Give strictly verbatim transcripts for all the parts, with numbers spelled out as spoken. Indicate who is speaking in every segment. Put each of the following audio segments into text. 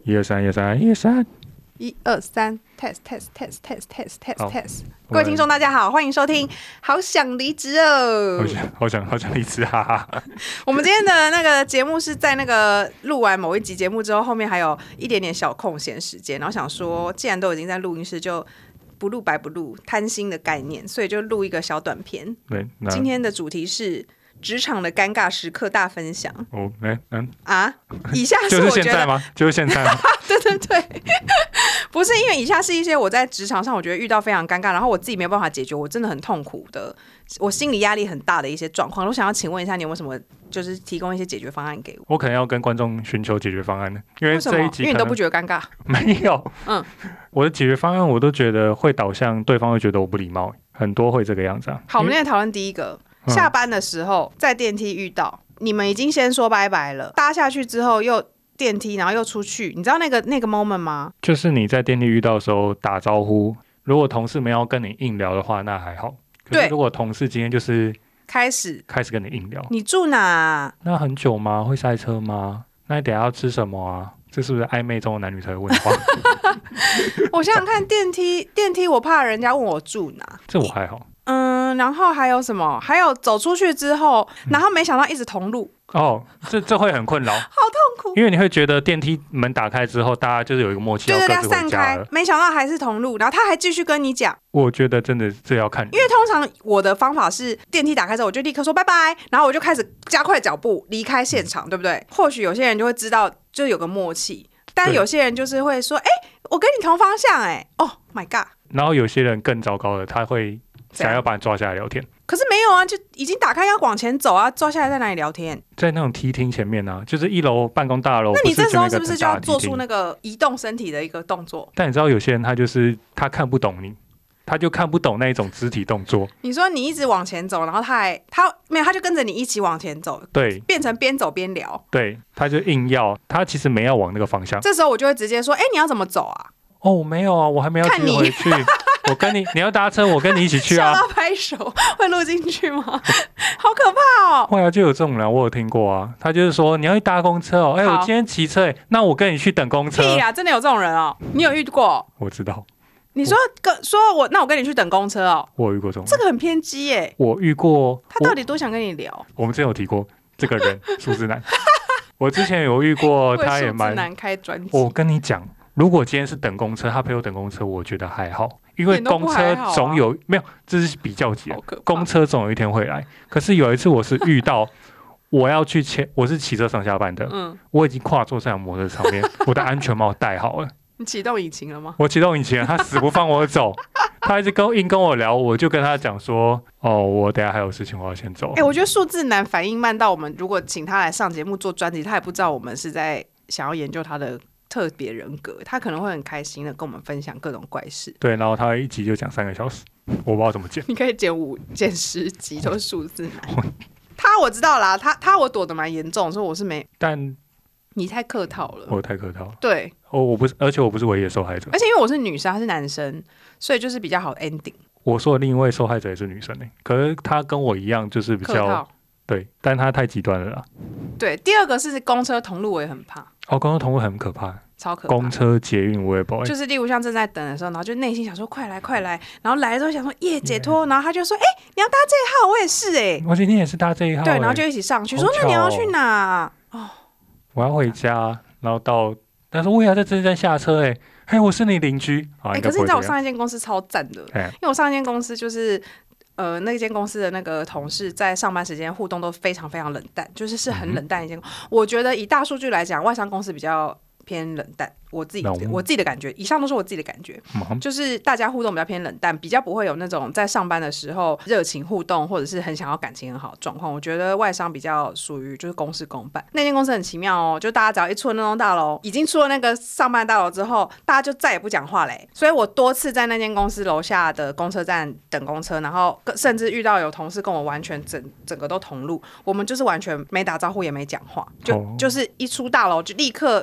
Speaker 1: 一二三，一二三，一二三，
Speaker 2: 一二三 ，test test test test test test test。各位听众大家好，欢迎收听《好想离职哦》。
Speaker 1: 好想好想好想离职，哈哈。
Speaker 2: 我们今天的那个节目是在那个录完某一集节目之后，后面还有一点点小空闲时间，然后想说，既然都已经在录音室，就不录白不录，贪心的概念，所以就录一个小短片。
Speaker 1: 对，
Speaker 2: 今天的主题是职场的尴尬时刻大分享。
Speaker 1: 哦，哎，嗯
Speaker 2: 啊，以下
Speaker 1: 就是
Speaker 2: 是我觉得
Speaker 1: 现在吗？就是现在吗？
Speaker 2: 对对对，不是因为以下是一些我在职场上我觉得遇到非常尴尬，然后我自己没有办法解决，我真的很痛苦的，我心理压力很大的一些状况。我想要请问一下，你有没有什么就是提供一些解决方案给我？
Speaker 1: 我可能要跟观众寻求解决方案呢，因为
Speaker 2: 为什么？
Speaker 1: 这一集
Speaker 2: 因为你都不觉得尴尬？
Speaker 1: 没有，
Speaker 2: 嗯，
Speaker 1: 我的解决方案我都觉得会导向对方会觉得我不礼貌，很多会这个样子啊。
Speaker 2: 好，我们现在讨论第一个，
Speaker 1: 嗯
Speaker 2: 下班的时候在电梯遇到，你们已经先说拜拜了，搭下去之后又电梯，然后又出去，你知道那个那个 moment 吗？
Speaker 1: 就是你在电梯遇到的时候打招呼，如果同事没有跟你硬聊的话，那还好。可是
Speaker 2: 对
Speaker 1: 如果同事今天就是
Speaker 2: 开始
Speaker 1: 开始跟你硬聊，
Speaker 2: 你住哪？
Speaker 1: 那很久吗？会塞车吗？那你等一下要吃什么啊？这是不是暧昧中的男女才会问的话？
Speaker 2: 我想想看，电梯电梯，我怕人家问我住哪。
Speaker 1: 这我还好。
Speaker 2: 嗯，然后还有什么？还有走出去之后，然后没想到一直同路，
Speaker 1: 哦，这这会很困扰，
Speaker 2: 好痛苦。
Speaker 1: 因为你会觉得电梯门打开之后，大家就是有一个默契，
Speaker 2: 对对对，
Speaker 1: 要各自
Speaker 2: 散开
Speaker 1: 回家了。，
Speaker 2: 没想到还是同路，然后他还继续跟你讲。
Speaker 1: 我觉得真的这要看人，
Speaker 2: 因为通常我的方法是电梯打开之后，我就立刻说拜拜，然后我就开始加快脚步离开现场，对不对？或许有些人就会知道，就有个默契，但
Speaker 1: 对
Speaker 2: 有些人就是会说，哎，我跟你同方向，哎，Oh my god！
Speaker 1: 然后有些人更糟糕的，他会
Speaker 2: 怎样
Speaker 1: 想要把你抓下来聊天，
Speaker 2: 可是没有啊，就已经打开要往前走啊，坐下来在哪里聊天？
Speaker 1: 在那种梯厅前面啊，就是一楼办公大楼。
Speaker 2: 那你这时候是不是就要
Speaker 1: 不是前面有一个很大的梯厅
Speaker 2: 做出那个移动身体的一个动作？
Speaker 1: 但你知道有些人他就是他看不懂你，他就看不懂那一种肢体动作。
Speaker 2: 你说你一直往前走，然后他还他没有，他就跟着你一起往前走，
Speaker 1: 对
Speaker 2: 变成边走边聊。
Speaker 1: 对，他就硬要，他其实没要往那个方向。
Speaker 2: 这时候我就会直接说：“哎、你要怎么走啊
Speaker 1: 哦，没有啊，我还没有
Speaker 2: 看你
Speaker 1: 骑回去。我跟你，你要搭车，我跟你一起？”去
Speaker 2: 笑
Speaker 1: 啊。
Speaker 2: 到拍手，会录进去吗？好可怕哦！
Speaker 1: 后来就有这种人，我有听过啊。他就是说你要去搭公车哦，哎、
Speaker 2: 好
Speaker 1: 我今天骑车，哎，那我跟你去等公车。
Speaker 2: 屁呀，真的有这种人哦！你有遇过？
Speaker 1: 我知道，
Speaker 2: 你说跟说我那我跟你去等公车哦，
Speaker 1: 我有遇过这种人。
Speaker 2: 这个很偏激耶。
Speaker 1: 我遇过，
Speaker 2: 他到底多想跟你聊？
Speaker 1: 我我们之前有提过这个人，数字男。我之前有遇过，他也蛮。
Speaker 2: 为数字男开专辑，
Speaker 1: 我跟你讲，如果今天是等公车，他陪我等公车，我觉得还好，因为
Speaker 2: 一点都不
Speaker 1: 公车
Speaker 2: 还好啊
Speaker 1: 总有、没有，这是比较级的
Speaker 2: 好可怕
Speaker 1: 公车总有一天会来。可是有一次我是遇到，我要去牵，我是骑车上下班的，
Speaker 2: 嗯，
Speaker 1: 我已经跨坐在摩托车上面，我的安全帽戴好了，
Speaker 2: 你启动引擎了吗？
Speaker 1: 我启动引擎了，他死不放我走，他一直跟硬跟我聊，我就跟他讲说，哦，我等一下还有事情，我要先走。
Speaker 2: 哎、我觉得数字男反应慢到我们如果请他来上节目做专辑，他也不知道我们是在想要研究他的特别人格，他可能会很开心的跟我们分享各种怪事。
Speaker 1: 对，然后他一集就讲三个小时，我不知道怎么剪。
Speaker 2: 你可以剪五、剪十集都是数字男。他我知道啦，他他我躲得蛮严重，所以我是没。
Speaker 1: 但
Speaker 2: 你太客套了。
Speaker 1: 我太客套了，
Speaker 2: 对，
Speaker 1: 哦，我不是，而且我不是唯一的受害者。
Speaker 2: 而且因为我是女生，他是男生，所以就是比较好 ending。
Speaker 1: 我说的另一位受害者也是女生呢、可是她跟我一样，就是比较
Speaker 2: 客套。
Speaker 1: 对，但她太极端了啦。
Speaker 2: 对，第二个是公车同路，我也很怕，
Speaker 1: 哦，公车同路很可怕，
Speaker 2: 超可怕。
Speaker 1: 公车、捷运我也不会。
Speaker 2: 就是例如像正在等的时候，然后就内心想说快来快来，然后来了之后想说耶解脱，然后他就说哎、欸、你要搭这一号，我也是哎、欸，
Speaker 1: 我今天也是搭这一号、欸，
Speaker 2: 对，然后就一起上去说
Speaker 1: 好巧哦
Speaker 2: 那你要去哪？哦，
Speaker 1: 我要回家，然后到，但是我也要在这一站下车、欸，哎，嘿，我是你邻居啊。
Speaker 2: 哎、
Speaker 1: 应
Speaker 2: 可是你知道我
Speaker 1: 该不会这样
Speaker 2: 上一间公司超赞的，
Speaker 1: 哎
Speaker 2: 因为我上一间公司就是。呃，那间公司的那个同事在上班时间互动都非常非常冷淡，就是是很冷淡的一间公司。我觉得以大数据来讲，外商公司比较偏冷淡，我自己
Speaker 1: 冷
Speaker 2: 我自己的感觉，以上都是我自己的感觉，
Speaker 1: 嗯
Speaker 2: 就是大家互动比较偏冷淡，比较不会有那种在上班的时候热情互动，或者是很想要感情很好的状况。我觉得外商比较属于就是公事公办。那间公司很奇妙哦，就大家只要一出了那栋大楼，已经出了那个上班大楼之后，大家就再也不讲话嘞。所以我多次在那间公司楼下的公车站等公车，然后甚至遇到有同事跟我完全整整个都同路，我们就是完全没打招呼也没讲话，就、
Speaker 1: 哦
Speaker 2: 就是一出大楼就立刻回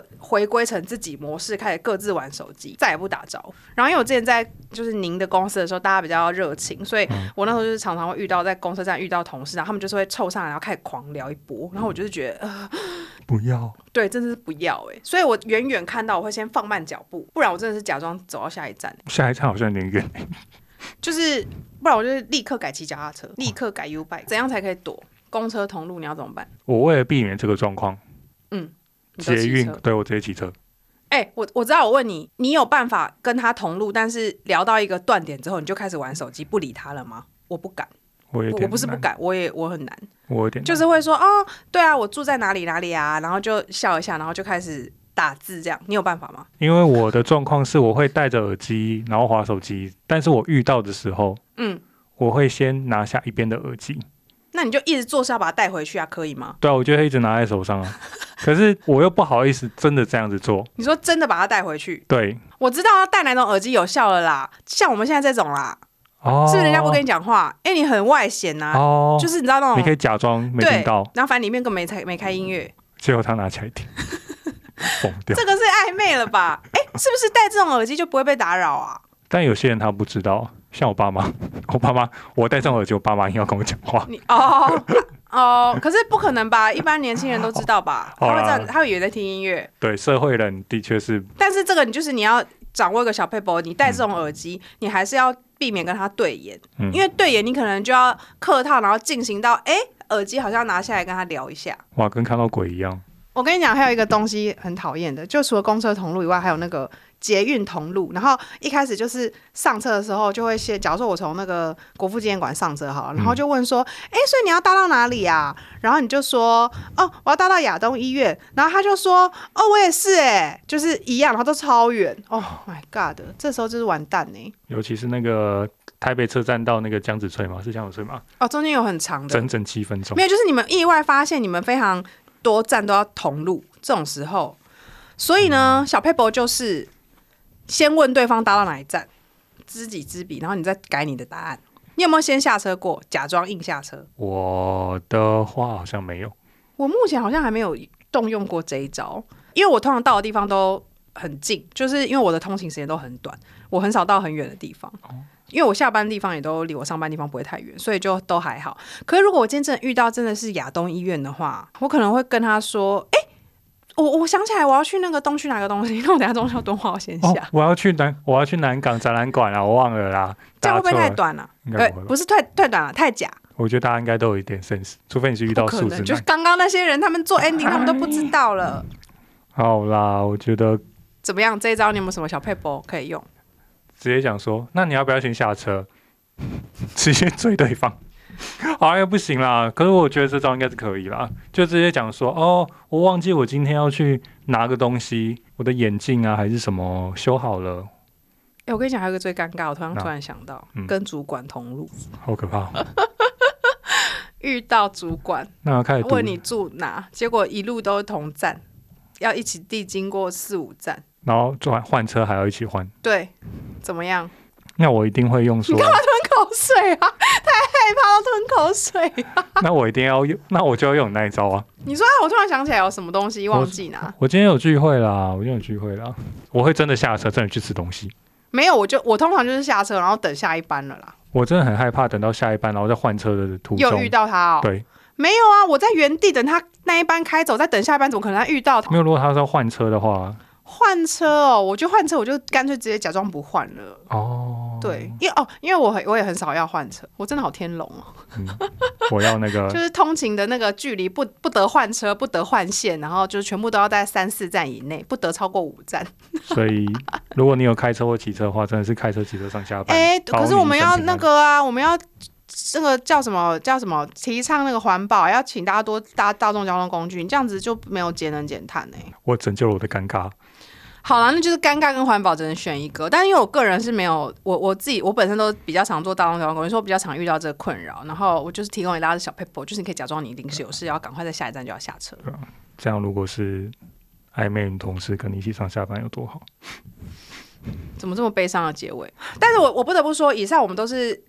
Speaker 2: 归成自己模式，开始各自玩手机，再也不打招呼。然后因为我之前在就是您的公司的时候，大家比较热情，所以我那时候就是常常会遇到在公车站遇到同事，然后他们就是会凑上来，然后开始狂聊一波，然后我就是觉得呃
Speaker 1: 不要，
Speaker 2: 对，真的是不要哎、欸，所以我远远看到我会先放慢脚步，不然我真的是假装走到下一站、欸，
Speaker 1: 下一站好像有点远、欸，就是
Speaker 2: 不然我就是立刻改骑脚踏车，立刻改 U bike， 怎样才可以躲公车同路？你要怎么办？
Speaker 1: 我为了避免这个状况，
Speaker 2: 嗯，
Speaker 1: 捷运对我直接骑车。
Speaker 2: 哎、欸，我我知道，我问你，你有办法跟他同路，但是聊到一个断点之后，你就开始玩手机不理他了吗？我不敢，
Speaker 1: 我有点
Speaker 2: 我不是不敢，我也我很难，
Speaker 1: 我有点
Speaker 2: 就是会说哦，对啊，我住在哪里哪里啊，然后就笑一下，然后就开始打字这样，你有办法吗？
Speaker 1: 因为我的状况是我会戴着耳机，然后滑手机，但是我遇到的时候，嗯，我会先拿下一边的耳机。
Speaker 2: 那你就一直做事要把它带回去啊，可以吗？
Speaker 1: 对啊，我就会一直拿在手上啊。可是我又不好意思真的这样子做。
Speaker 2: 你说真的把它带回去？
Speaker 1: 对，
Speaker 2: 我知道要戴哪种耳机有效了啦，像我们现在这种啦。哦，是不是人家不跟你讲话？哎、欸，你很外显呐、啊，哦，就是你知道那种，
Speaker 1: 你可以假装没听到，
Speaker 2: 然后反正里面根本没开没开音乐，
Speaker 1: 结果他拿起来听，疯掉。
Speaker 2: 这个是暧昧了吧？哎、欸，是不是戴这种耳机就不会被打扰啊？
Speaker 1: 但有些人他不知道，像我爸妈，我爸妈我戴这种耳机，我爸妈硬要跟我讲话。
Speaker 2: 你哦哦，可是不可能吧？一般年轻人都知道吧？他会这样，他会以为在听音乐。
Speaker 1: 对，社会人的确是，但
Speaker 2: 是这个你就是你要掌握一个小撇步，你戴这种耳机，嗯、你还是要避免跟他对眼，嗯、因为对眼你可能就要客套，然后进行到哎、欸，耳机好像拿下来跟他聊一下。
Speaker 1: 哇，跟看到鬼一样。
Speaker 2: 我跟你讲，还有一个东西很讨厌的，就除了公车同路以外，还有那个捷运同路。然后一开始就是上车的时候，就会先，假如说我从那个国父纪念馆上车好了，然后就问说，哎、嗯，所以你要搭到哪里啊？然后你就说，哦，我要搭到亚东医院。然后他就说，哦，我也是、欸，哎，就是一样，然后都超远。Oh my god， 这时候就是完蛋呢、欸。
Speaker 1: 尤其是那个台北车站到那个江子翠嘛，是江子翠吗？
Speaker 2: 哦，中间有很长的，
Speaker 1: 整整七分钟。
Speaker 2: 没有，就是你们意外发现你们非常多站都要同路，这种时候，所以呢，小撇步就是先问对方搭到哪一站，知己知彼，然后你再改你的答案。你有没有先下车过，假装硬下车？
Speaker 1: 我的话好像没有，
Speaker 2: 我目前好像还没有动用过这一招，因为我通常到的地方都很近，就是因为我的通勤时间都很短，我很少到很远的地方。哦，因为我下班的地方也都离我上班的地方不会太远，所以就都还好。可是如果我今天真的遇到真的是亚东医院的话，我可能会跟他说：“哎、欸，我我想起来我要去那个东区哪个东西，那我等一下中孝敦化我先下、哦。
Speaker 1: 我要去南我要去南港展览馆啊，我忘了啦。
Speaker 2: 这样会不会太短了、啊？
Speaker 1: 应该不会、
Speaker 2: 欸，不是太太短了，太假。
Speaker 1: 我觉得大家应该都有一点 sense， 除非你是遇到数字男。
Speaker 2: 就是刚刚那些人，他们做 ending， 他们都不知道了。
Speaker 1: 好啦，我觉得
Speaker 2: 怎么样？这一招你有没有什么小撇步可以用？
Speaker 1: 直接讲说，那你要不要先下车？直接追对方，好像不行啦。可是我觉得这招应该是可以啦，就直接讲说，哦，我忘记我今天要去拿个东西，我的眼镜啊还是什么修好了。
Speaker 2: 欸、我跟你讲，还有一个最尴尬，我突然突然想到，嗯、跟主管同路，
Speaker 1: 好可怕。
Speaker 2: 遇到主管，
Speaker 1: 那要开始
Speaker 2: 问你住哪，结果一路都同站，要一起递经过四五站，
Speaker 1: 然后转换车还要一起换，
Speaker 2: 对，怎么样？
Speaker 1: 那我一定会用说，
Speaker 2: 你干嘛吞口水啊？太害怕了，吞口水啊！
Speaker 1: 那我一定要用，那我就要用那一招啊！
Speaker 2: 你说、啊，我突然想起来有什么东西忘记拿。
Speaker 1: 我, 我今天有聚会啦，我今天有聚会啦，我会真的下车，真的去吃东西。
Speaker 2: 没有，我就我通常就是下车，然后等下一班了啦。
Speaker 1: 我真的很害怕等到下一班，然后再换车的途中
Speaker 2: 又遇到他哦。
Speaker 1: 对，
Speaker 2: 没有啊，我在原地等他那一班开走，再等下一班，怎么可能遇到他？
Speaker 1: 没有，如果他是要换车的话。
Speaker 2: 换车哦，我就换车，我就干脆直接假装不换了。哦，对，因为哦，因为我很我也很少要换车，我真的好天龙哦。
Speaker 1: 嗯、我要那个，
Speaker 2: 就是通勤的那个距离不不得换车，不得换线，然后就是全部都要在三四站以内，不得超过五站。
Speaker 1: 所以，如果你有开车或骑车的话，真的是开车骑车上下班。
Speaker 2: 哎、欸，可是我们要那个啊，我们要那个叫什么叫什么，提倡那个环保，要请大家多搭大众交通工具，你这样子就没有节能减碳哎。
Speaker 1: 我拯救了我的尴尬。
Speaker 2: 好啦，那就是尴尬跟环保只能选一个，但因为我个人是没有，我我自己我本身都比较常做大众交通工具，所以我比较常遇到这个困扰。然后我就是提供给大家的小 paper， 就是你可以假装你临时有事，要赶快在下一站就要下车。
Speaker 1: 对啊，这样如果是暧昧女同事跟你一起上下班有多好？
Speaker 2: 怎么这么悲伤的结尾？但是我我不得不说，以上我们都是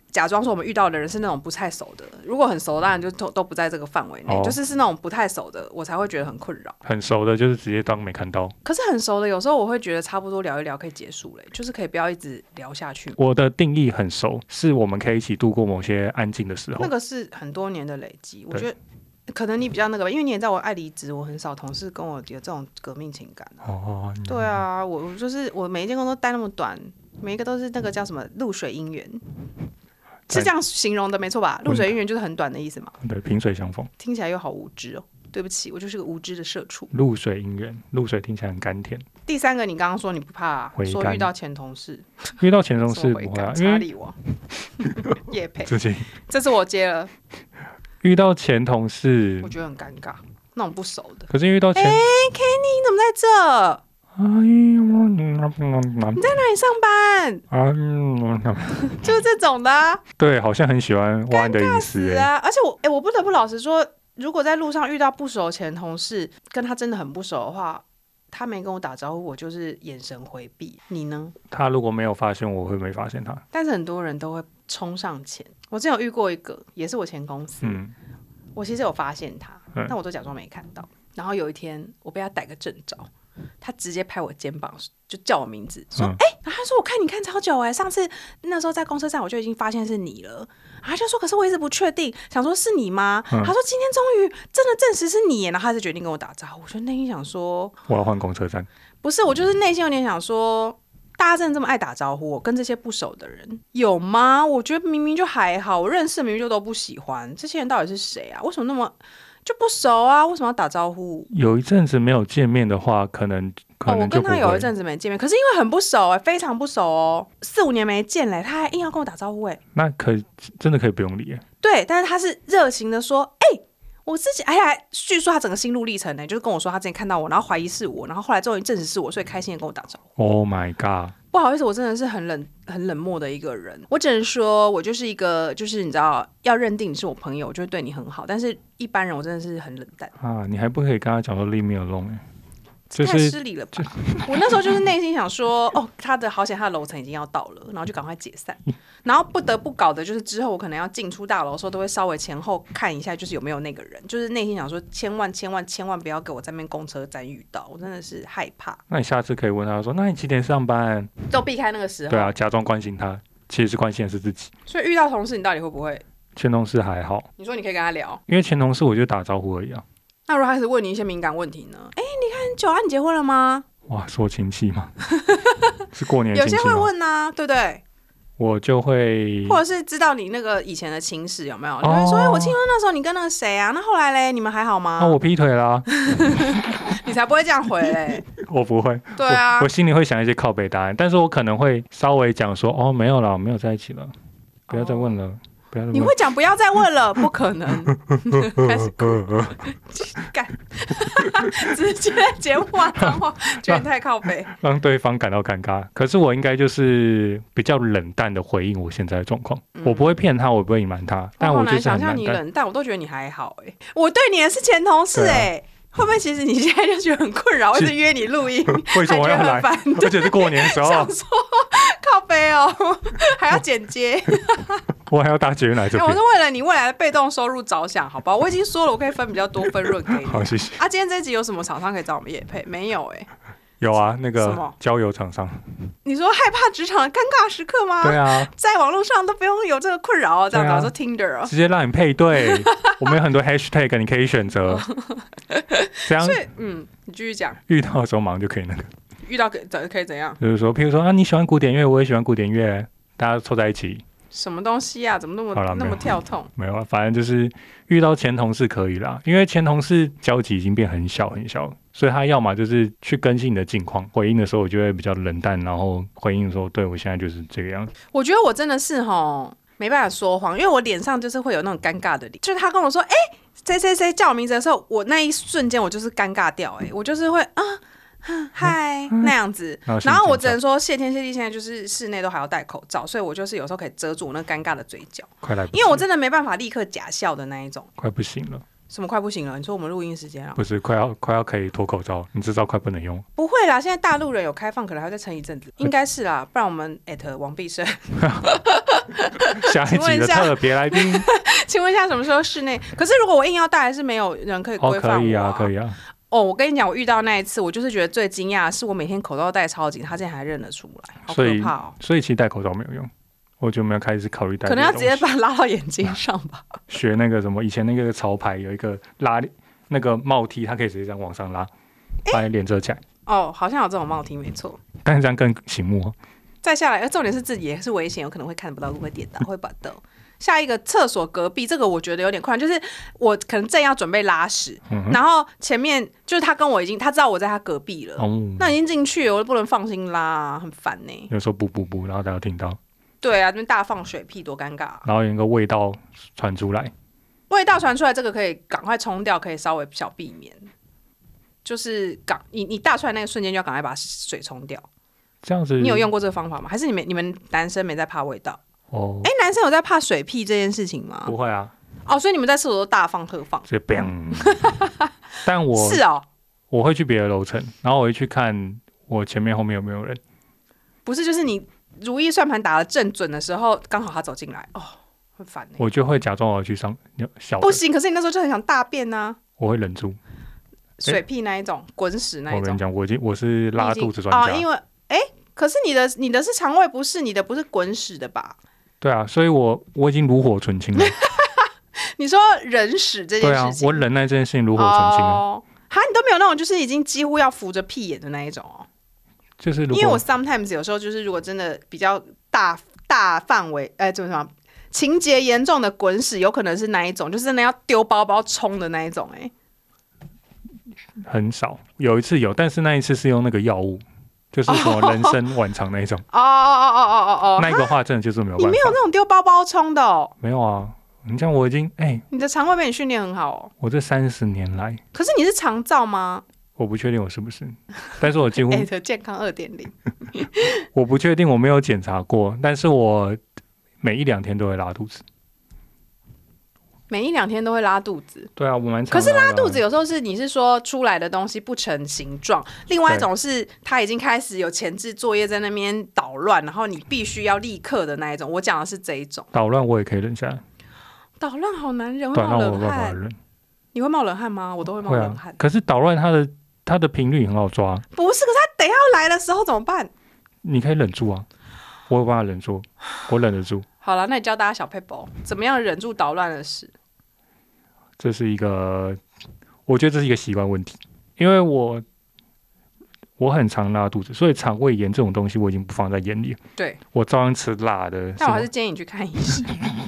Speaker 2: 假装说我们遇到的人是那种不太熟的，如果很熟当然就都都不在这个范围内、哦、就是是那种不太熟的我才会觉得很困扰。
Speaker 1: 很熟的就是直接当没看到，
Speaker 2: 可是很熟的有时候我会觉得差不多聊一聊可以结束了，就是可以不要一直聊下去。
Speaker 1: 我的定义很熟是我们可以一起度过某些安静的时候，
Speaker 2: 那个是很多年的累积，我觉得可能你比较那个吧，因为你也知道我爱离职，我很少同事跟我有这种革命情感、啊哦、对啊，我我就是我每一间工作待那么短，每一个都是那个叫什么露水姻缘，是这样形容的没错吧？露水姻缘就是很短的意思嘛。
Speaker 1: 对，萍水相逢。
Speaker 2: 听起来又好无知哦，对不起，我就是个无知的社畜。
Speaker 1: 露水姻缘，露水听起来很甘甜。
Speaker 2: 第三个，你刚刚说你不怕、啊、说遇到前同事，
Speaker 1: 遇到前同事不会啊，
Speaker 2: 查理王业配，这是我接了。
Speaker 1: 遇到前同事，
Speaker 2: 我觉得很尴尬，那种不熟的。
Speaker 1: 可是遇到前，
Speaker 2: 哎 ，Kenny 你怎么在这？你在哪里上班？就是这种的、啊。
Speaker 1: 对，好像很喜欢挖你的隐私、欸、
Speaker 2: 啊！而且我，哎、欸，我不得不老实说，如果在路上遇到不熟前同事，跟他真的很不熟的话，他没跟我打招呼，我就是眼神回避。你呢？
Speaker 1: 他如果没有发现，我会没发现他。
Speaker 2: 但是很多人都会冲上前。我之前有遇过一个，也是我前公司，嗯、我其实有发现他，嗯、但我都假装没看到。然后有一天，我被他逮个正着。他直接拍我肩膀，就叫我名字，说：“哎、嗯欸，然后他说我看你看超久哎、欸，上次那时候在公车站我就已经发现是你了。”然后他就说：“可是我一直不确定，想说是你吗？”嗯、他说：“今天终于真的证实是你耶。”然后他就决定跟我打招呼。我就内心想说：“
Speaker 1: 我要换公车站。”
Speaker 2: 不是，我就是内心有点想说，大家真的这么爱打招呼？我跟这些不熟的人有吗？我觉得明明就还好，我认识明明就都不喜欢，这些人到底是谁啊？为什么那么？就不熟啊，为什么要打招呼？
Speaker 1: 有一阵子没有见面的话，可能可能就不会、哦、我
Speaker 2: 跟他有一阵子没见面，可是因为很不熟哎、欸，非常不熟哦，四五年没见嘞、欸，他还硬要跟我打招呼哎、欸，
Speaker 1: 那可以真的可以不用理、欸、
Speaker 2: 对，但是他是热情的说，哎、欸，我自己哎呀，叙述他整个心路历程呢、欸，就是跟我说他之前看到我，然后怀疑是我，然后后来终于证实是我，所以开心的跟我打招呼。
Speaker 1: Oh my god！
Speaker 2: 不好意思，我真的是很冷、很冷漠的一个人。我只能说，我就是一个，就是你知道，要认定你是我朋友，我就会对你很好。但是一般人，我真的是很冷淡
Speaker 1: 啊。你还不可以跟他讲说 leave me alone 哎、欸，
Speaker 2: 这太失礼了吧？我那时候就是内心想说，哦，他的好险，他的楼层已经要到了，然后就赶快解散。然后不得不搞的就是之后我可能要进出大楼的时候，都会稍微前后看一下，就是有没有那个人。就是内心想说，千万千万千万不要给我在那边公车站遇到，我真的是害怕。
Speaker 1: 那你下次可以问他说，那你几点上班？
Speaker 2: 都避开那个时候。
Speaker 1: 对啊，假装关心他，其实是关心的是自己。
Speaker 2: 所以遇到同事，你到底会不会？
Speaker 1: 前同事还好。
Speaker 2: 你说你可以跟他聊，
Speaker 1: 因为前同事我就打招呼而已啊。
Speaker 2: 那如果他开始问你一些敏感问题呢？哎、欸，你看九安，你结婚了吗？
Speaker 1: 哇，说亲戚吗？是过年亲戚吗？
Speaker 2: 有些会问啊，对不对？
Speaker 1: 我就会，
Speaker 2: 或者是知道你那个以前的情史有没有？你会说，哎、哦欸，我听说那时候你跟那个谁啊？那后来嘞，你们还好吗？
Speaker 1: 那、啊、我劈腿啦，
Speaker 2: 你才不会这样回嘞。
Speaker 1: 我不会，
Speaker 2: 对啊我，
Speaker 1: 我心里会想一些靠北答案，但是我可能会稍微讲说，哦，没有啦，没有在一起了，不要再问了。哦
Speaker 2: 你会讲不要再问了，不可能，开始干，直接在节目骂脏话，觉得你太靠北，
Speaker 1: 让对方感到尴尬。可是我应该就是比较冷淡的回应我现在的状况、嗯，我不会骗他，我不会隐瞒他，但我就是很冷淡。
Speaker 2: 想象你冷淡，我都觉得你还好哎、欸，我对你也是前同事哎、欸。会不会其实你现在就觉得很困扰，一直约你录音，
Speaker 1: 为什么要来？而且是过年的时候，
Speaker 2: 想说靠北哦，还要剪接，
Speaker 1: 我还要搭捷运来这边、
Speaker 2: 欸。我是为了你未来的被动收入着想，好不好？我已经说了，我可以分比较多分润给你。
Speaker 1: 好，谢谢。
Speaker 2: 啊，今天这一集有什么厂商可以找我们业配？没有哎、欸。
Speaker 1: 有啊，那个交友厂商。
Speaker 2: 你说害怕职场的尴尬时刻吗？
Speaker 1: 对啊，
Speaker 2: 在网络上都不用有这个困扰哦，这样子、啊、说 Tinder 哦，
Speaker 1: 直接让你配对。我们有很多 hashtag 你可以选择，这样。
Speaker 2: 所以，嗯，你继续讲。
Speaker 1: 遇到的时候马上就可以那个。
Speaker 2: 遇到可以可以怎样？
Speaker 1: 就是说，譬如说啊，你喜欢古典乐，我也喜欢古典乐，大家凑在一起。
Speaker 2: 什么东西啊？怎么那么那么跳痛？
Speaker 1: 没有啊，反正就是遇到前同事可以啦，因为前同事交集已经变很小很小，所以他要么就是去更新你的近况，回应的时候我就会比较冷淡，然后回应说，对我现在就是这个样子。
Speaker 2: 我觉得我真的是齁没办法说谎，因为我脸上就是会有那种尴尬的脸，就是他跟我说，哎、欸，谁谁谁叫我名字的时候，我那一瞬间我就是尴尬掉、欸，哎，我就是会啊。嗨、嗯，那样子，然后我只能说谢天谢地，现在就是室内都还要戴口罩，所以我就是有时候可以遮住我那尴尬的嘴角，
Speaker 1: 快来不及，
Speaker 2: 因为我真的没办法立刻假笑的那一种，
Speaker 1: 快不行了。
Speaker 2: 什么快不行了？你说我们录音时间啊？
Speaker 1: 不是，快要快要可以脱口罩，你这招快不能用。
Speaker 2: 不会啦，现在大陆人有开放，可能还要再撑一阵子，应该是啦，不然我们艾特王必胜。
Speaker 1: 下一集的特别来宾，
Speaker 2: 请问一下什么时候室内？可是如果我硬要带，还是没有人可以规范我、啊。
Speaker 1: 哦，可以啊，可以啊。
Speaker 2: 哦，我跟你讲，我遇到那一次，我就是觉得最惊讶的是，我每天口罩戴超紧，他竟然还认得出来，好可怕哦。
Speaker 1: 所以，所以其实戴口罩没有用，我就没有开始考虑戴。
Speaker 2: 可能要直接把它拉到眼睛上吧。
Speaker 1: 学那个什么，以前那个潮牌有一个拉那个帽 T， 它可以直接这样往上拉，把脸遮起来。
Speaker 2: 哦，好像有这种帽 T， 没错。
Speaker 1: 但是这样更醒目哦。
Speaker 2: 再下来，重点是自己也是危险，有可能会看不到路，会跌倒，会把抖。下一个厕所隔壁，这个我觉得有点困难，就是我可能正要准备拉屎、嗯，然后前面就是他跟我已经他知道我在他隔壁了，哦、那已经进去了，我就不能放心拉，很烦呢、欸。
Speaker 1: 有时候不不不，然后大家听到，
Speaker 2: 对啊，这边大放水屁多尴尬、啊，
Speaker 1: 然后有一个味道传出来，
Speaker 2: 味道传出来，这个可以赶快冲掉，可以稍微小避免，就是赶你你大出来那个瞬间就要赶快把水冲掉，
Speaker 1: 这样子。
Speaker 2: 你有用过这个方法吗？还是你们你们男生没在怕味道？
Speaker 1: 哦，
Speaker 2: 哎、欸，男生有在怕水屁这件事情吗？
Speaker 1: 不会啊。
Speaker 2: 哦，所以你们在厕所都大放特放，
Speaker 1: 直接 bang。但我
Speaker 2: 是哦，我
Speaker 1: 会去别的楼层，然后我会去看我前面后面有没有人。
Speaker 2: 不是，就是你如意算盘打得正准的时候，刚好他走进来，哦，很烦、欸。
Speaker 1: 我就会假装我要去上小。
Speaker 2: 不行，可是你那时候就很想大便啊。
Speaker 1: 我会忍住。
Speaker 2: 水屁那一种，滚、欸、屎那一种。
Speaker 1: 我跟你讲，我已经我是拉肚子专家。
Speaker 2: 哦，因为哎、欸，可是你的你的是肠胃不适，你的不是滚屎的吧？
Speaker 1: 对啊，所以我我已经炉火纯青了。
Speaker 2: 你说忍屎这件事情，对啊，
Speaker 1: 我忍耐这件事情炉火纯青了。
Speaker 2: 哦，哈，你都没有那种就是已经几乎要扶着屁眼的那一种哦。
Speaker 1: 就是
Speaker 2: 因为我 sometimes 有时候就是如果真的比较大大范围，哎、欸，怎么说？情节严重的滚屎，有可能是那一种，就是真的要丢包包冲的那一种、欸，哎。
Speaker 1: 很少，有一次有，但是那一次是用那个药物。就是什么人生晚长那一种
Speaker 2: 哦哦哦哦哦哦，
Speaker 1: 那个话真的就是没有办法。
Speaker 2: 你没有那种丢包包冲的哦？
Speaker 1: 没有啊，你像我已经哎、欸，
Speaker 2: 你的肠胃被你训练很好哦。
Speaker 1: 我这三十年来，
Speaker 2: 可是你是肠燥吗？
Speaker 1: 我不确定我是不是，但是我几乎
Speaker 2: 哎的健康二点零，
Speaker 1: 我不确定，我没有检查过，但是我每一两天都会拉肚子。
Speaker 2: 每一两天都会拉肚子，
Speaker 1: 对啊，我蛮常。
Speaker 2: 可是拉肚子有时候是你是说出来的东西不成形状，另外一种是它已经开始有前置作业在那边捣乱，然后你必须要立刻的那一种。我讲的是这一种。
Speaker 1: 捣乱我也可以忍下来。捣
Speaker 2: 乱好难忍，会冒冷汗。你会冒冷汗吗？我都会冒冷汗。
Speaker 1: 啊、可是捣乱它的它的频率很好抓。
Speaker 2: 不是，可是它等一下要来的时候怎么办？
Speaker 1: 你可以忍住啊，我有办法忍住，我忍得住。
Speaker 2: 好了，那你教大家小撇步，怎么样忍住捣乱的事？
Speaker 1: 这是一个，我觉得这是一个习惯问题，因为我我很常拉肚子，所以肠胃炎这种东西我已经不放在眼里。
Speaker 2: 对，
Speaker 1: 我照样吃辣的。
Speaker 2: 但我还是建议你去看医生。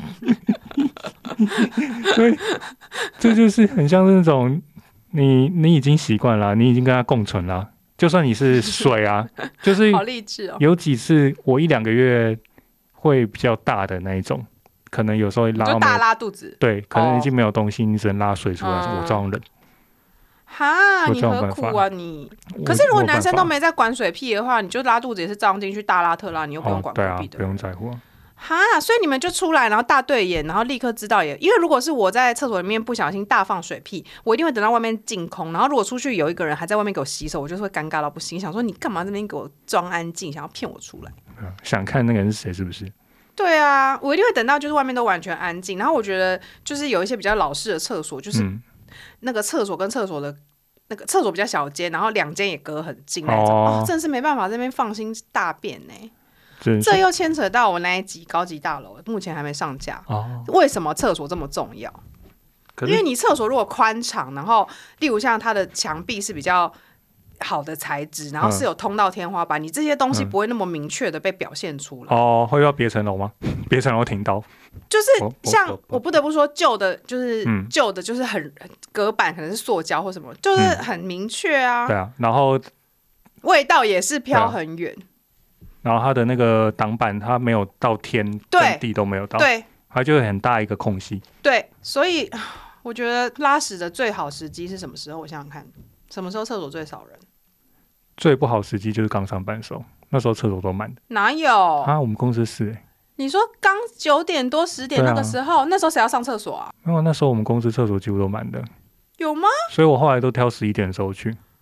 Speaker 1: 对，这就是很像是那种你你已经习惯了，你已经跟它共存了。就算你是水啊，就是
Speaker 2: 好励志哦。
Speaker 1: 有几次我一两个月会比较大的那一种。可能有时候拉到
Speaker 2: 就大拉肚子，
Speaker 1: 对，可能已经没有东西，哦、你只能拉水出来，嗯、我照样忍。
Speaker 2: 哈，你何苦啊你？可是如果男生都没在管水屁的话，你就拉肚子也是照样进去大拉特拉，你又不用管隔壁的、
Speaker 1: 哦，对啊，不用在乎、啊。
Speaker 2: 哈，所以你们就出来，然后大对眼，然后立刻知道也，因为如果是我在厕所里面不小心大放水屁，我一定会等到外面净空，然后如果出去有一个人还在外面给我洗手，我就是会尴尬到不行，想说你干嘛这边给我装安静，想要骗我出来、
Speaker 1: 嗯？想看那个人是谁是不是？
Speaker 2: 对啊，我一定会等到就是外面都完全安静，然后我觉得就是有一些比较老式的厕所，就是那个厕所跟厕所的那个厕所比较小间，然后两间也隔很近那种，哦，哦真的是没办法在那边放心大便呢、欸。这又牵扯到我那一集高级大楼，目前还没上架。哦，为什么厕所这么重要？因为你厕所如果宽敞，然后例如像它的墙壁是比较好的材质，然后是有通到天花板、嗯、你这些东西不会那么明确的被表现出来、
Speaker 1: 嗯、哦，会要别层楼吗？别层楼停刀，
Speaker 2: 就是像我不得不说旧的就是旧、嗯、的就是很隔板可能是塑胶或什么，就是很明确啊、
Speaker 1: 嗯、对啊，然后
Speaker 2: 味道也是飘很远、啊、
Speaker 1: 然后它的那个挡板它没有到天跟地都没有到，
Speaker 2: 对，
Speaker 1: 它就很大一个空隙，
Speaker 2: 对，所以我觉得拉屎的最好时机是什么时候？我想想看，什么时候厕所最少人？
Speaker 1: 最不好时机就是刚上班的时候，那时候厕所都满的。
Speaker 2: 哪有
Speaker 1: 啊？我们公司是、欸、
Speaker 2: 你说刚九点多十点那个时候、啊，那时候谁要上厕所啊？
Speaker 1: 因为那时候我们公司厕所几乎都满的。
Speaker 2: 有吗？
Speaker 1: 所以我后来都挑十一点的时候去。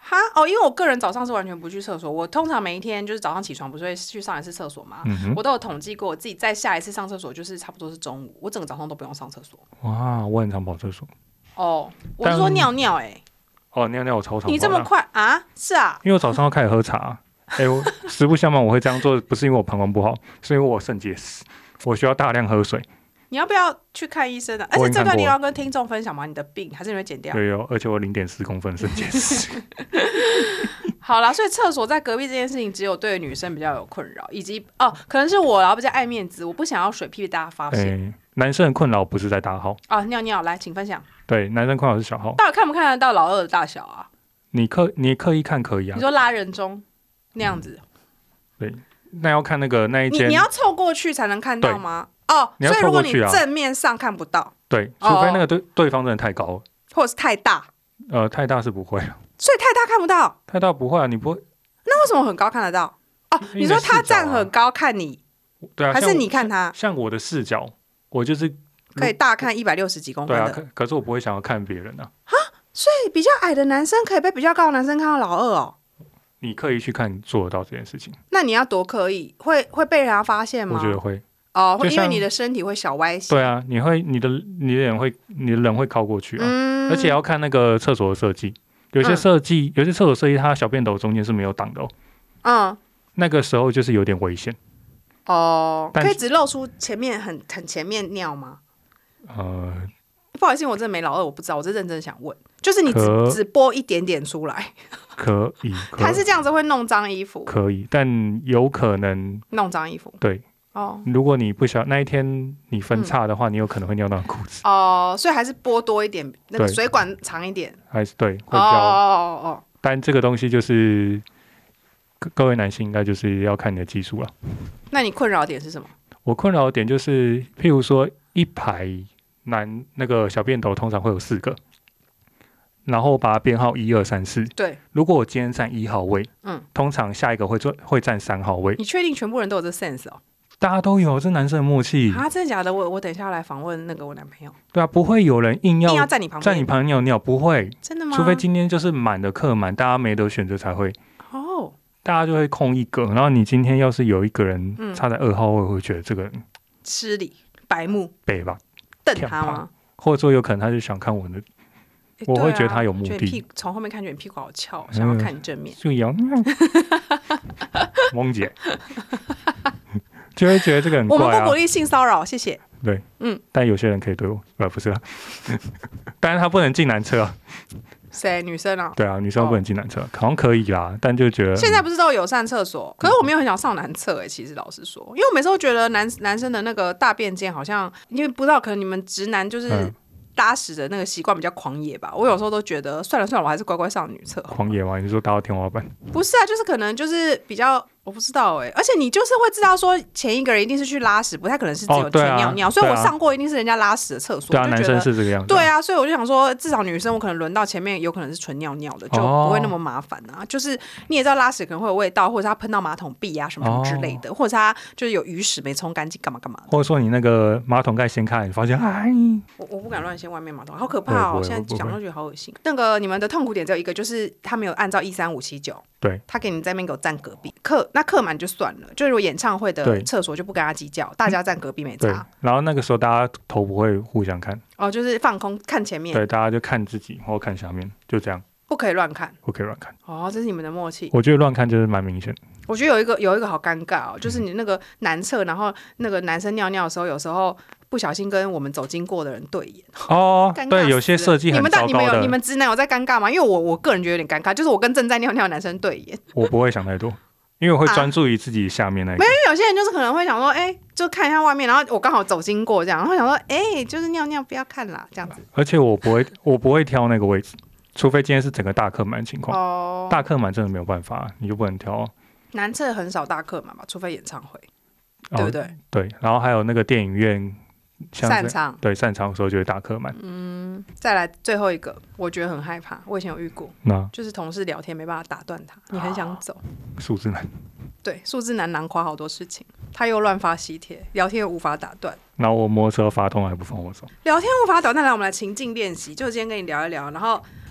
Speaker 2: 哈哦，因为我个人早上是完全不去厕所，我通常每一天就是早上起床不是会去上一次厕所嘛、
Speaker 1: 嗯、
Speaker 2: 我都有统计过，我自己再下一次上厕所就是差不多是中午，我整个早上都不用上厕所。
Speaker 1: 哇，我很常跑厕所。
Speaker 2: 哦，我是说尿尿哎、欸。
Speaker 1: 哦，尿尿我超常跑。
Speaker 2: 你这么快啊？是啊，
Speaker 1: 因为我早上要开始喝茶。哎、欸，我实不相瞒，我会这样做，不是因为我膀胱不好，是因为我肾结石，我需要大量喝水。
Speaker 2: 你要不要去看医生啊？而且这段你要跟听众分享吗？你的病还是你会剪掉？
Speaker 1: 对有，而且我零点四公分肾结石。
Speaker 2: 好啦，所以厕所在隔壁这件事情，只有对女生比较有困扰，以及哦，可能是我然后比较爱面子，我不想要水屁被大家发现。
Speaker 1: 欸、男生的困扰不是在大号
Speaker 2: 啊，尿尿来，请分享。
Speaker 1: 对，男生困扰是小号。
Speaker 2: 到底看不看得到老二的大小啊？
Speaker 1: 你刻你刻意看可以啊。
Speaker 2: 你说拉人中那样子？
Speaker 1: 对，那要看那个那一间。
Speaker 2: 你你要凑过去才能看到吗？哦，
Speaker 1: 你要
Speaker 2: 所以如果你
Speaker 1: 凑过去啊
Speaker 2: 正面上看不到，
Speaker 1: 对，除非那个对、哦、对方真的太高了，
Speaker 2: 或者是太大。
Speaker 1: 呃，太大是不会啊。
Speaker 2: 所以太大看不到。
Speaker 1: 太大不会啊，你不会。
Speaker 2: 那为什么很高看得到？哦，你说他站很高看你，
Speaker 1: 对啊，
Speaker 2: 还是你看他？
Speaker 1: 像我的视角，我就是
Speaker 2: 可以大看一百六十几公分的。
Speaker 1: 对啊，可是我不会想要看别人啊。
Speaker 2: 哈，所以比较矮的男生可以被比较高的男生看到老二哦。
Speaker 1: 你刻意去看，做得到这件事情？
Speaker 2: 那你要多刻意？会会被人家发现吗？
Speaker 1: 我觉得会。
Speaker 2: 哦，会因为你的身体会小歪斜。
Speaker 1: 对啊，你会你的你的人会你的人会靠过去啊，嗯、而且要看那个厕所的设计。有些设计、嗯，有些厕所设计，它小便斗中间是没有挡的哦。嗯，那个时候就是有点危险。
Speaker 2: 哦，可以只露出前面很很前面尿吗？呃，不好意思，我真的没老二，我不知道，我是认真想问，就是你只只拨一点点出来，
Speaker 1: 可以，
Speaker 2: 还是这样子会弄脏衣服？
Speaker 1: 可以，但有可能
Speaker 2: 弄脏衣服。
Speaker 1: 对。哦，如果你不想那一天你分叉的话、嗯，你有可能会尿到裤子。
Speaker 2: 哦，所以还是拨多一点，那个水管长一点，
Speaker 1: 还是对，会比较。哦哦哦。但这个东西就是各位男性应该就是要看你的技术了。
Speaker 2: 那你困扰点是什么？
Speaker 1: 我困扰点就是，譬如说一排男那个小便斗通常会有四个，然后我把它编号一二三四。
Speaker 2: 对。
Speaker 1: 如果我今天站一号位，嗯，通常下一个会坐会站三号位。
Speaker 2: 你确定全部人都有这 sense 哦？
Speaker 1: 大家都有，这男生的默契
Speaker 2: 啊！真的假的？我我等一下来访问那个我男朋友。
Speaker 1: 对啊，不会有人硬要
Speaker 2: 硬要在你旁边
Speaker 1: 在你旁边尿尿，不会。
Speaker 2: 真的吗？
Speaker 1: 除非今天就是满的客满，大家没得选择才会。哦。大家就会空一个，然后你今天要是有一个人插在二号位，我会觉得这个人
Speaker 2: 失礼、白目、
Speaker 1: 北吧，
Speaker 2: 瞪他吗？
Speaker 1: 或者说有可能他就想看我的，欸、我会觉得他有目的。
Speaker 2: 从、啊、后面看觉得你屁股好翘，想要看你正面。
Speaker 1: 注意哦，萌姐。就会觉得这个很怪、啊、
Speaker 2: 我们不鼓励性骚扰，谢谢。
Speaker 1: 对，嗯，但有些人可以对我，呃，不是啦，但是他不能进男厕啊。
Speaker 2: 谁？女生啊？
Speaker 1: 对啊，女生不能进男厕、哦，好像可以啦，但就觉得
Speaker 2: 现在不是都有友善厕所、嗯？可是我没有很想上男厕哎、欸，其实老实说，因为我每次都觉得男男生的那个大便间好像，因为不知道可能你们直男就是拉屎的那个习惯比较狂野吧。我有时候都觉得算了算了，我还是乖乖上女厕。
Speaker 1: 狂野吗？你说搭到天花板？
Speaker 2: 不是啊，就是可能就是比较。我不知道哎、欸，而且你就是会知道说前一个人一定是去拉屎，不太可能是只有全尿尿、哦啊，所以我上过一定是人家拉屎的厕所。
Speaker 1: 对啊，男生是这个样子。
Speaker 2: 对啊，所以我就想说，至少女生我可能轮到前面有可能是纯尿尿的，就不会那么麻烦啊。哦、就是你也知道拉屎可能会有味道，或者他喷到马桶壁啊什么什么之类的，哦、或者他就是有鱼屎没冲干净干嘛干嘛的。
Speaker 1: 或者说你那个马桶盖掀开，你发现哎，
Speaker 2: 我我不敢乱掀外面马桶，好可怕哦！现在讲都觉得好恶心。那个你们的痛苦点只有一个，就是他没有按照一三五七九。
Speaker 1: 对，
Speaker 2: 他给你在那边给我站隔壁，客那客满就算了，就是我演唱会的厕所就不跟他计较，大家站隔壁没差。
Speaker 1: 对，然后那个时候大家头不会互相看，
Speaker 2: 哦，就是放空看前面，
Speaker 1: 对，大家就看自己或看下面，就这样，
Speaker 2: 不可以乱看，
Speaker 1: 不可以乱看。
Speaker 2: 哦，这是你们的默契。
Speaker 1: 我觉得乱看就是蛮明显。
Speaker 2: 我觉得有一个有一个好尴尬哦，就是你那个男厕，然后那个男生尿尿的时候，有时候不小心跟我们走经过的人对眼。
Speaker 1: 哦，对，有些设计很糟糕的。
Speaker 2: 你们你们有你们直男有在尴尬吗？因为我我个人觉得有点尴尬，就是我跟正在尿尿的男生对眼。
Speaker 1: 我不会想太多，因为我会专注于自己下面那个。
Speaker 2: 没有，因为有些人就是可能会想说，哎、欸，就看一下外面，然后我刚好走经过这样，然后想说，哎、欸，就是尿尿不要看啦，这样子。
Speaker 1: 而且我不会，我不会挑那个位置，除非今天是整个大客满的情况。哦，大客满真的没有办法，你就不能挑。
Speaker 2: 男厕很少大客满吧，除非演唱会，哦、对不对？
Speaker 1: 对，然后还有那个电影院
Speaker 2: 散场，
Speaker 1: 对，散场的时候就会大客满。
Speaker 2: 嗯，再来最后一个，我觉得很害怕，我以前有遇过，那就是同事聊天没办法打断他，你很想走，
Speaker 1: 数字男，
Speaker 2: 对，数字男囊括好多事情，他又乱发喜帖，聊天又无法打断，
Speaker 1: 然后我摩托车发动还不放我走，
Speaker 2: 聊天无法打断，来我们来情境练习，就今天跟你聊一聊，然后。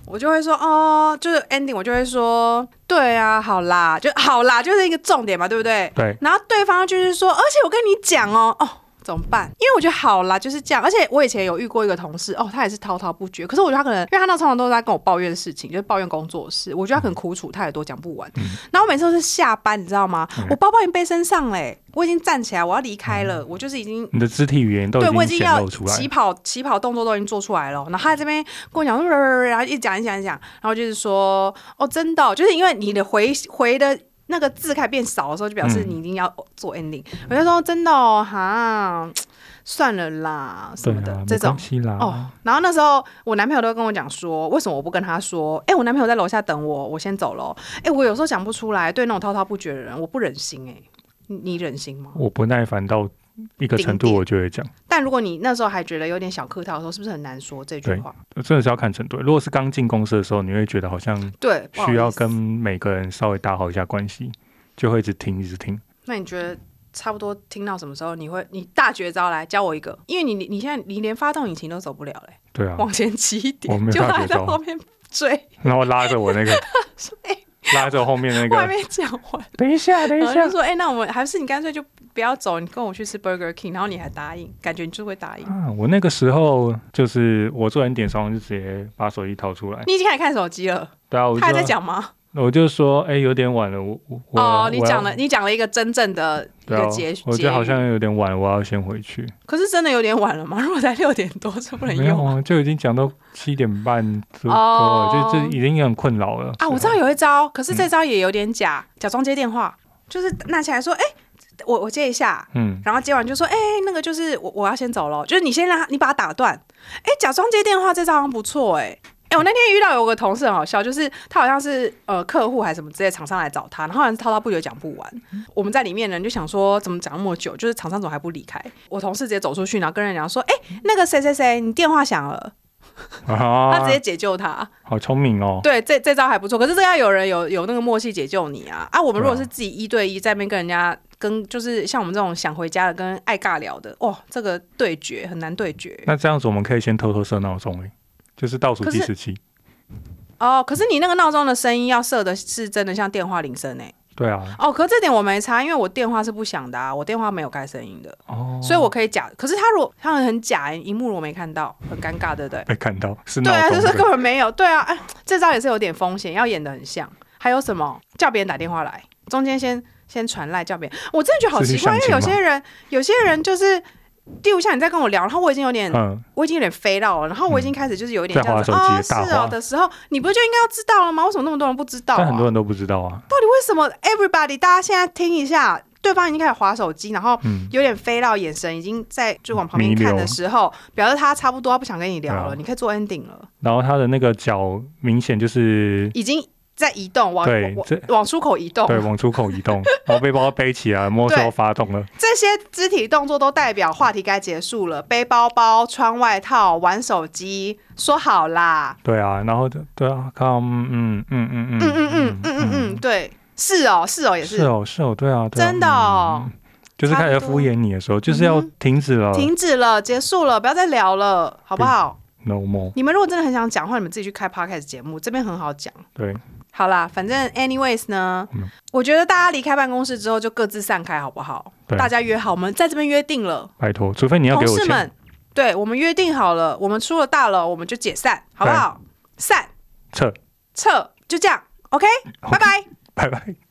Speaker 2: 我就会说哦，就是 ending， 我就会说对啊，好啦，就好啦，就是一个重点嘛，对不对？
Speaker 1: 对。
Speaker 2: 然后对方就是说，而且我跟你讲哦，哦。怎么办？因为我觉得好啦，就是这样。而且我以前有遇过一个同事，哦，他也是滔滔不绝。可是我觉得他可能，因为他那常常都是在跟我抱怨事情，就是抱怨工作室。我觉得他可能苦楚太多，讲不完。嗯、然后我每次都是下班，你知道吗？嗯、我包包已经背身上嘞，我已经站起来，我要离开了。嗯、我就是已经
Speaker 1: 你的肢体语言都已经显露出来，
Speaker 2: 起跑起跑动作都已经做出来了。然后他在这边跟我讲，然后一讲一讲一讲，然后就是说，哦，真的、哦，就是因为你的回回的。那个字开始变少的时候，就表示你一定要做 ending、嗯。我就说真的哦，哈，算了啦，什么的、啊、这种哦。然后那时候我男朋友都跟我讲说，为什么我不跟他说？哎、欸，我男朋友在楼下等我，我先走了。哎、欸，我有时候讲不出来，对那种滔滔不绝的人，我不忍心哎、欸。你忍心吗？
Speaker 1: 我不耐烦到一个程度，我就会讲。
Speaker 2: 但如果你那时候还觉得有点小客套的时候，是不是很难说这句话？
Speaker 1: 真的是要看程度。如果是刚进公司的时候，你会觉得好像对需要跟每个人稍微打好一下关系。就会一直听，一直听。
Speaker 2: 那你觉得差不多听到什么时候，你会你大绝招来教我一个？因为你你现在你连发动引擎都走不了嘞、欸。
Speaker 1: 对啊，
Speaker 2: 往前骑一点，
Speaker 1: 我没有大绝招，
Speaker 2: 就在后面追，
Speaker 1: 然后拉着我那个，拉着后面那个。
Speaker 2: 我还没讲完，
Speaker 1: 等一下，等一下，
Speaker 2: 就说哎、欸，那我们还是你干脆就不要走，你跟我去吃 Burger King， 然后你还答应，感觉你就会答应。
Speaker 1: 啊，我那个时候就是我做完点双就直接把手机掏出来。
Speaker 2: 你已经开始看手机了？
Speaker 1: 对啊，我
Speaker 2: 他还在讲吗？
Speaker 1: 我就说，哎、欸，有点晚了，我我
Speaker 2: 哦，你讲了，你讲了一个真正的一个结局、啊，
Speaker 1: 我觉得好像有点晚，我要先回去。
Speaker 2: 可是真的有点晚了吗？如果才六点多，这不能用、啊。
Speaker 1: 没有啊，就已经讲到七点半多了，哦、就这已经很困扰了
Speaker 2: 啊。我知道有一招，可是这招也有点假，假装接电话，就是拿起来说，哎、欸，我我接一下，嗯，然后接完就说，哎、欸，那个就是我我要先走了，就是你先让他，你把他打断，哎、欸，假装接电话这招好像不错、欸，哎。哎、欸，我那天遇到有个同事很好笑，就是他好像是呃客户还是什么之类，厂商来找他，然后好像是滔滔不绝讲不完。我们在里面的人就想说，怎么讲那么久？就是厂商怎么还不离开？我同事直接走出去，然后跟人讲说：“哎、欸，那个谁谁谁，你电话响了。啊”他直接解救他，
Speaker 1: 好聪明哦。
Speaker 2: 对，这这招还不错。可是这要有人有有那个默契解救你啊！啊，我们如果是自己一对一在那边跟人家跟，就是像我们这种想回家的跟爱尬聊的，哇，这个对决很难对决。
Speaker 1: 那这样子我们可以先偷偷设闹钟哎。就是倒数计时器
Speaker 2: 哦，可是你那个闹钟的声音要设的是真的像电话铃声哎。
Speaker 1: 对啊。
Speaker 2: 哦，可是这点我没差，因为我电话是不响的啊，我电话没有开声音的。哦。所以我可以假，可是他如果他很假，荧幕我没看到，很尴尬，对不对？
Speaker 1: 被看到是闹钟。
Speaker 2: 对啊，就是根本没有。对啊，哎，这招也是有点风险，要演得很像。还有什么？叫别人打电话来，中间先先传赖叫别人。我真的觉得好奇怪，因为有些人有些人就是。例如像你在跟我聊，然后我已经有点，嗯、我已经有点飞到了，然后我已经开始就是有一点这样子啊、嗯哦，是哦的时候，你不就应该要知道了吗？为什么那么多人不知道、啊？
Speaker 1: 但很多人都不知道啊。
Speaker 2: 到底为什么 ？Everybody， 大家现在听一下，对方已经开始滑手机，然后有点飞到，眼神已经在就往旁边看的时候，表示他差不多不想跟你聊了，你可以做 ending 了。
Speaker 1: 然后他的那个脚明显就是
Speaker 2: 已经。在移动，往往出口移动，
Speaker 1: 对，往出口移动，然后背包背起来，摸手发动了。
Speaker 2: 这些肢体动作都代表话题该结束了。背包包、穿外套、玩手机，说好啦。
Speaker 1: 对啊，然后对啊，看，嗯嗯嗯嗯嗯
Speaker 2: 嗯嗯嗯嗯嗯，对，是哦，是哦，也是，
Speaker 1: 是哦，是哦，对啊，
Speaker 2: 真的哦，
Speaker 1: 就是开始敷衍你的时候，就是要停止了，
Speaker 2: 停止了，结束了，不要再聊了，好不好
Speaker 1: ？No more。
Speaker 2: 你们如果真的很想讲话，你们自己去开 podcast 节目，这边很好讲。
Speaker 1: 对。
Speaker 2: 好啦，反正 anyways 呢、嗯，我觉得大家离开办公室之后就各自散开，好不好？大家约好，我们在这边约定了。
Speaker 1: 拜托，除非你要给我钱。
Speaker 2: 同事们，对，我们约定好了，我们出了大楼我们就解散，好不好？散，
Speaker 1: 撤，
Speaker 2: 撤，就这样 ，OK， 拜拜，
Speaker 1: 拜拜。